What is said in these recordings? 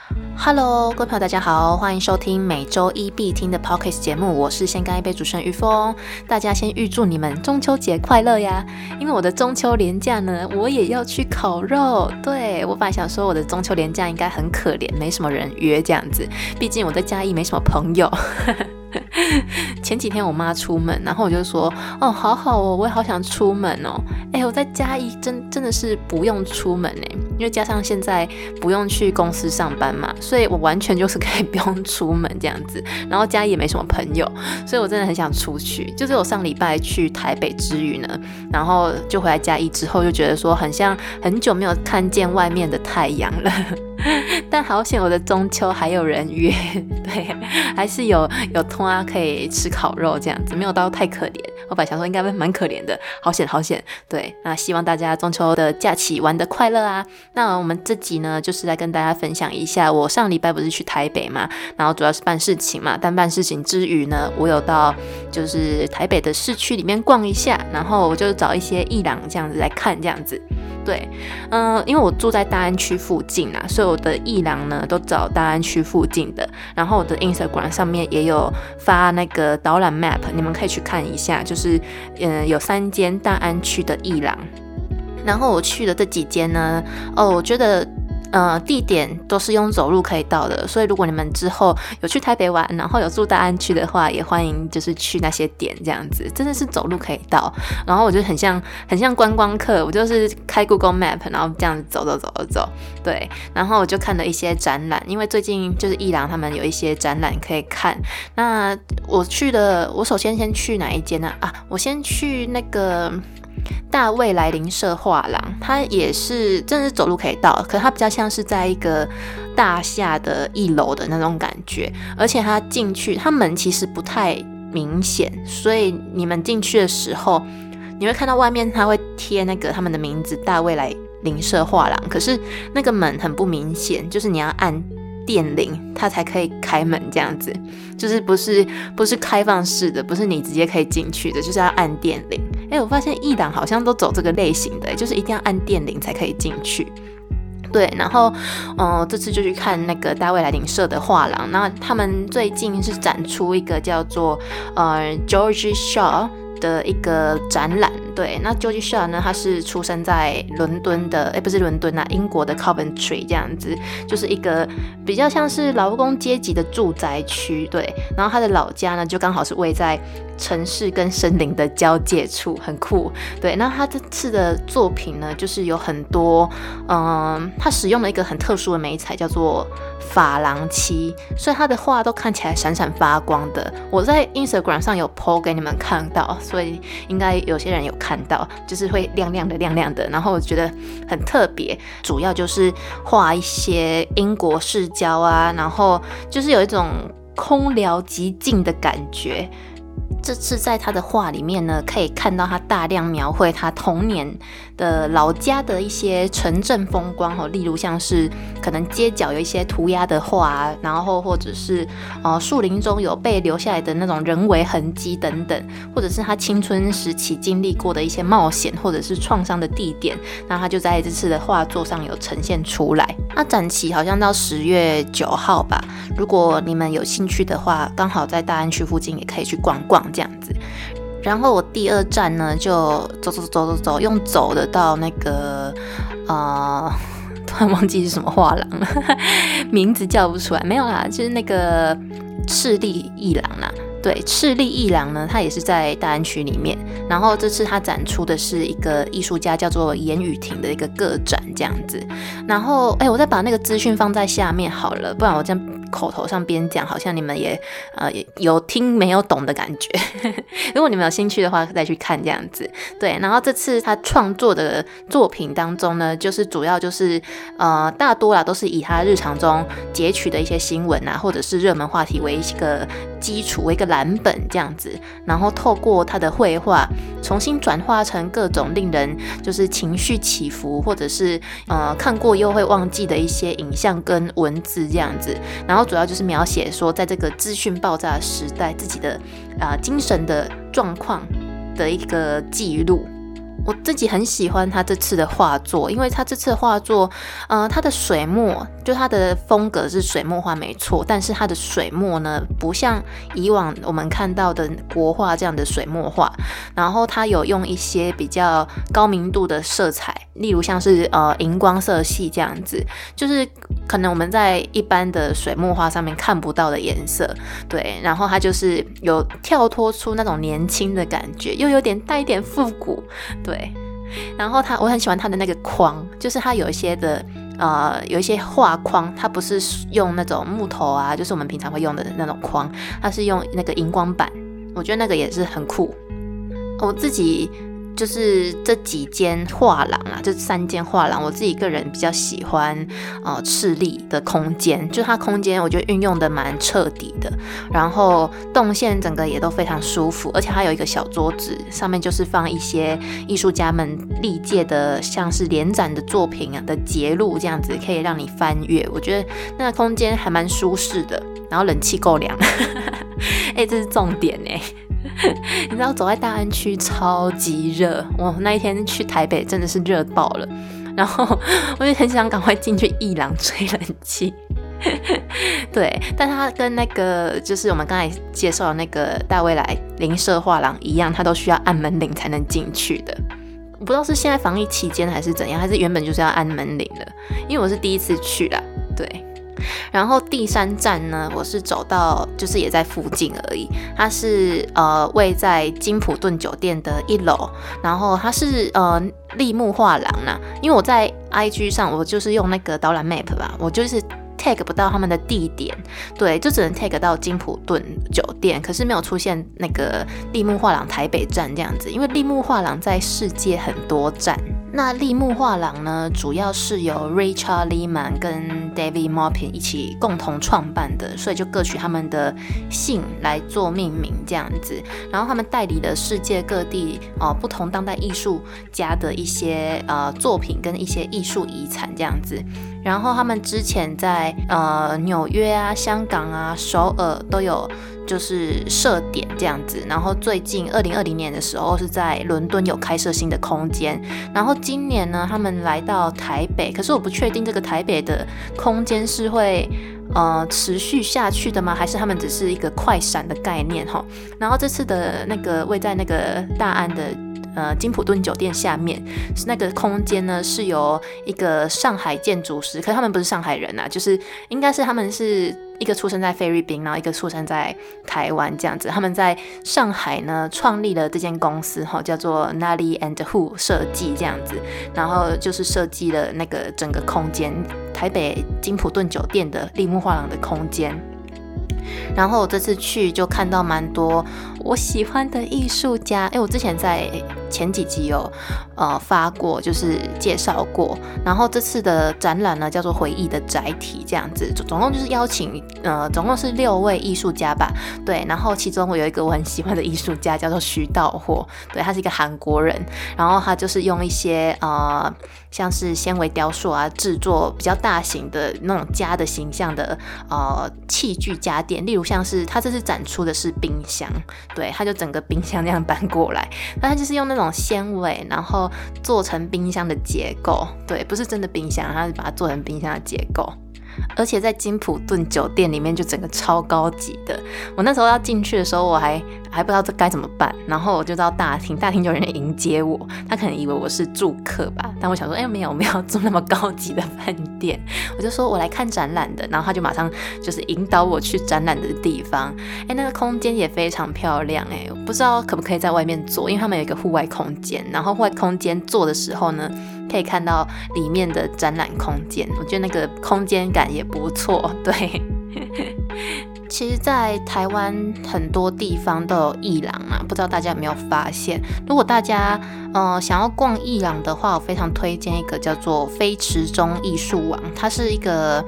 Hello， 各位朋友大家好，欢迎收听每周一必听的 Podcast 节目，我是先干一杯主持人于峰。大家先预祝你们中秋节快乐呀！因为我的中秋连假呢，我也要去烤肉。对，我本来想说我的中秋连假应该很可怜，没什么人约这样子，毕竟我在嘉义没什么朋友。前几天我妈出门，然后我就说哦，好好哦，我也好想出门哦。我在嘉义真的是不用出门因为加上现在不用去公司上班嘛，所以我完全就是可以不用出门这样子。然后嘉义也没什么朋友，所以我真的很想出去。就是我上礼拜去台北之余呢，然后就回来嘉义之后，就觉得说很像很久没有看见外面的太阳了。但好险我的中秋还有人约，对，还是有通啊可以吃烤肉这样子，没有到太可怜。我本来想说应该蛮可怜的，好险。对，那希望大家中秋的假期玩得快乐啊。那我们这集呢，就是来跟大家分享一下，我上礼拜不是去台北嘛，然后主要是办事情嘛，但办事情之余呢，我有到就是台北的市区里面逛一下，然后我就找一些艺廊这样子来看这样子。对，因为我住在大安区附近啊，所以我的艺廊呢都找大安区附近的。然后我的 Instagram 上面也有发那个导览 map， 你们可以去看一下，就是有3间大安区的艺廊。然后我去的这几间呢，我觉得地点都是用走路可以到的，所以如果你们之后有去台北玩，然后有住大安区的话，也欢迎就是去那些点这样子，真的是走路可以到。然后我就很像观光客，我就是开 Google Map， 然后这样走，对，然后我就看了一些展览，因为最近就是艺廊他们有一些展览可以看。那我首先去哪一间呢？我先去那个大未来邻舍画廊，它也是真的是走路可以到，可是它比较像是在一个大厦的1楼的那种感觉，而且它进去，它门其实不太明显，所以你们进去的时候，你会看到外面它会贴那个他们的名字大未来邻舍画廊，可是那个门很不明显，就是你要按电铃它才可以开门这样子，就是不是开放式的，不是你直接可以进去的，就是要按电铃。我发现艺廊好像都走这个类型的，就是一定要按电铃才可以进去。对，然后这次就去看那个大未来邻舍的画廊，那他们最近是展出一个叫做George Shaw的一个展览。对，那 George Shaw 呢，他是出生在伦敦的，不是伦敦啊，英国的 Coventry 这样子，就是一个比较像是劳工阶级的住宅区。对，然后他的老家呢，就刚好是位在城市跟森林的交界处，很酷。对，那他这次的作品呢，就是有很多，他使用了一个很特殊的媒材，叫做珐琅漆，所以他的画都看起来闪闪发光的。我在 Instagram 上有 po 给你们看到，所以应该有些人有看到，就是会亮亮的，然后我觉得很特别，主要就是画一些英国市郊啊，然后就是有一种空寥极静的感觉。这次在他的画里面呢，可以看到他大量描绘他童年的老家的一些城镇风光，例如像是可能街角有一些涂鸦的画，然后或者是树林中有被留下来的那种人为痕迹等等，或者是他青春时期经历过的一些冒险或者是创伤的地点，那他就在这次的画作上有呈现出来。那展期好像到10月9号吧，如果你们有兴趣的话，刚好在大安区附近也可以去逛逛这样子。然后我第2站呢，就走，用走的到那个突然忘记是什么画廊了，名字叫不出来，没有啦，就是那个赤力艺廊啦。对，赤力艺廊呢，它也是在大安区里面。然后这次它展出的是一个艺术家叫做严雨婷的一个个展这样子。然后我再把那个资讯放在下面好了，不然我这样口头上边讲，好像你们也有听没有懂的感觉。如果你们有兴趣的话，再去看这样子。对，然后这次他创作的作品当中呢，就是主要就是大多啦都是以他日常中截取的一些新闻啊，或者是热门话题为一个基础，为一个蓝本这样子，然后透过他的绘画重新转化成各种令人就是情绪起伏，或者是看过又会忘记的一些影像跟文字这样子。然后主要就是描写说，在这个资讯爆炸的时代，自己的精神的状况的一个记录。 我自己很喜欢他这次的画作，因为他这次的画作，他的水墨就他的风格是水墨画没错，但是他的水墨呢，不像以往我们看到的国画这样的水墨画，然后他有用一些比较高明度的色彩，例如像是荧光色系这样子，就是可能我们在一般的水墨画上面看不到的颜色，对，然后他就是有跳脱出那种年轻的感觉，又有点带一点复古，对，然后我很喜欢他的那个框，就是他有一些的有一些画框，它不是用那种木头啊，就是我们平常会用的那种框，它是用那个荧光板，我觉得那个也是很酷。我自己就是这几间画廊啊，这3间画廊，我自己个人比较喜欢赤力的空间，就它空间我觉得运用的蛮彻底的，然后动线整个也都非常舒服，而且它有一个小桌子，上面就是放一些艺术家们历届的像是联展的作品的节录，这样子可以让你翻阅，我觉得那个空间还蛮舒适的，然后冷气够凉这是重点你知道走在大安区超级热，我那一天去台北真的是热爆了，然后我就很想赶快进去艺廊吹冷气对，但它跟那个就是我们刚才介绍的那个大未来邻舍画廊一样，它都需要按门铃才能进去的，我不知道是现在防疫期间还是怎样，还是原本就是要按门铃的，因为我是第一次去啦，对。然后第3站呢，我是走到就是也在附近而已，它是位在金普顿酒店的1楼，然后它是立木画廊啦，因为我在 IG 上我就是用那个导览 map 吧，我就是tag 不到他们的地点，对，就只能 tag 到金普顿酒店，可是没有出现那个立木画廊台北站这样子，因为立木画廊在世界很多站。那立木画廊呢，主要是由 Richard Lehman 跟 David Maupin 一起共同创办的，所以就各取他们的姓来做命名这样子。然后他们代理了世界各地不同当代艺术家的一些作品跟一些艺术遗产这样子。然后他们之前在纽约啊、香港啊、首尔都有就是设点这样子，然后最近2020年的时候是在伦敦有开设新的空间，然后今年呢他们来到台北，可是我不确定这个台北的空间是会持续下去的吗？还是他们只是一个快闪的概念齁？然后这次的那个位在那个大安的金普顿酒店下面是那个空间呢，是由一个上海建筑师，可是他们不是上海人啊，就是应该是他们是一个出生在菲律宾，然后一个出生在台湾这样子。他们在上海呢创立了这间公司叫做 Nally and Who 设计这样子，然后就是设计了那个整个空间，台北金普顿酒店的立木画廊的空间。然后我这次去就看到蛮多我喜欢的艺术家，我之前在前几集有发过，就是介绍过。然后这次的展览呢叫做回忆的载体这样子，总共就是邀请总共是6位艺术家吧，对。然后其中我有一个我很喜欢的艺术家叫做徐道霍，对，他是一个韩国人，然后他就是用一些像是纤维雕塑啊，制作比较大型的那种家的形象的器具家电，例如像是他这次展出的是冰箱，对，他就整个冰箱这样搬过来，那他就是用那种纤维然后做成冰箱的结构，对，不是真的冰箱，他是把它做成冰箱的结构。而且在金普顿酒店里面就整个超高级的，我那时候要进去的时候我还不知道这该怎么办，然后我就到大厅就有人迎接我，他可能以为我是住客吧，但我想说没有，我们要住那么高级的饭店，我就说我来看展览的，然后他就马上就是引导我去展览的地方。那个空间也非常漂亮，我不知道可不可以在外面坐，因为他们有一个户外空间，然后户外空间坐的时候呢可以看到里面的展览空间，我觉得那个空间感也不错，对。其实在台湾很多地方都有艺廊啊，不知道大家有没有发现，如果大家想要逛艺廊的话，我非常推荐一个叫做飞驰中艺术网，它是一个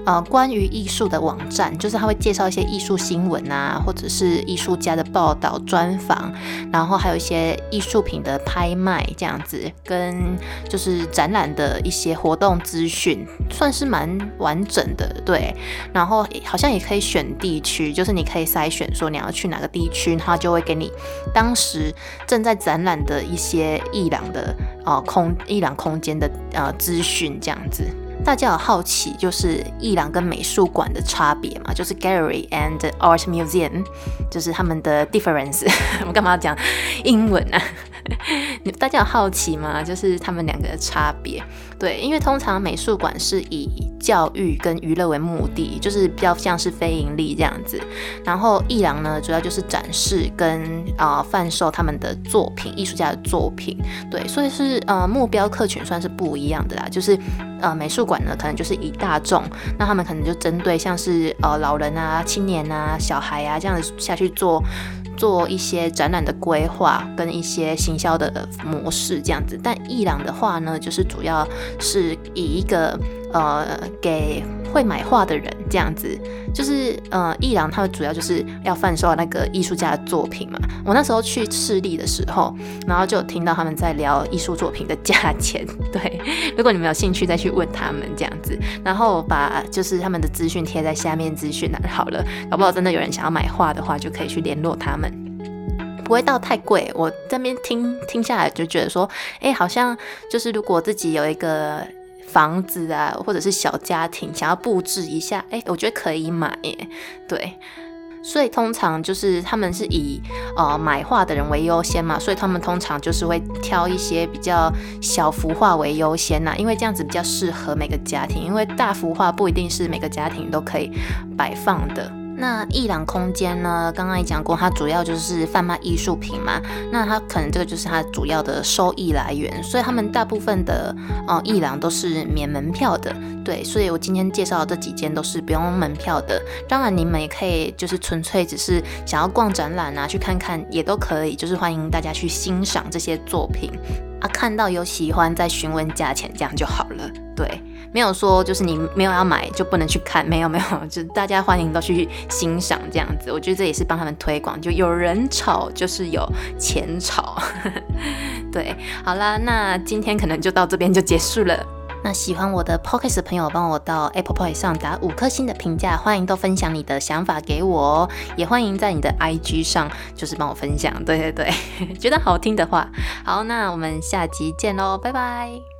关于艺术的网站，就是它会介绍一些艺术新闻啊，或者是艺术家的报道、专访，然后还有一些艺术品的拍卖这样子，跟就是展览的一些活动资讯，算是蛮完整的，对。然后好像也可以选地区，就是你可以筛选说你要去哪个地区，它就会给你当时正在展览的一些艺廊的艺廊空间的资讯这样子。大家有好奇就是艺廊跟美术馆的差别嘛？就是 Gallery and Art Museum， 就是他们的 difference 我干嘛要讲英文啊？大家有好奇吗？就是他们两个的差别。对，因为通常美术馆是以教育跟娱乐为目的，就是比较像是非盈利这样子。然后艺廊呢，主要就是展示跟贩售他们的作品，艺术家的作品。对，所以是目标客群算是不一样的啦。就是美术馆呢，可能就是以大众，那他们可能就针对像是老人啊、青年啊、小孩啊这样子下去做一些展览的规划跟一些行销的模式这样子。但艺廊的话呢，就是主要是以一个给会买画的人这样子，就是艺廊它主要就是要贩售那个艺术家的作品嘛。我那时候去市立的时候，然后就有听到他们在聊艺术作品的价钱。对，如果你们有兴趣再去问他们这样子，然后把就是他们的资讯贴在下面资讯栏好了，搞不好真的有人想要买画的话，就可以去联络他们。不会到太贵，我这边听下来就觉得说，好像就是如果自己有一个房子啊，或者是小家庭想要布置一下，我觉得可以买耶。对，所以通常就是他们是以买画的人为优先嘛，所以他们通常就是会挑一些比较小幅画为优先因为这样子比较适合每个家庭，因为大幅画不一定是每个家庭都可以摆放的。那艺廊空间呢，刚刚也讲过，它主要就是贩卖艺术品嘛，那它可能这个就是它主要的收益来源，所以他们大部分的艺廊都是免门票的。对，所以我今天介绍的这几间都是不用门票的。当然你们也可以就是纯粹只是想要逛展览啊，去看看也都可以，就是欢迎大家去欣赏这些作品看到有喜欢再询问价钱，这样就好了。对，没有说就是你没有要买就不能去看，没有，就大家欢迎都去欣赏这样子。我觉得这也是帮他们推广，就有人炒就是有钱炒。对，好啦，那今天可能就到这边就结束了。那喜欢我的 Podcast 的朋友，帮我到 Apple Podcast 上打5颗星的评价，欢迎都分享你的想法给我哦，也欢迎在你的 IG 上就是帮我分享，对，觉得好听的话。好，那我们下集见咯，拜拜。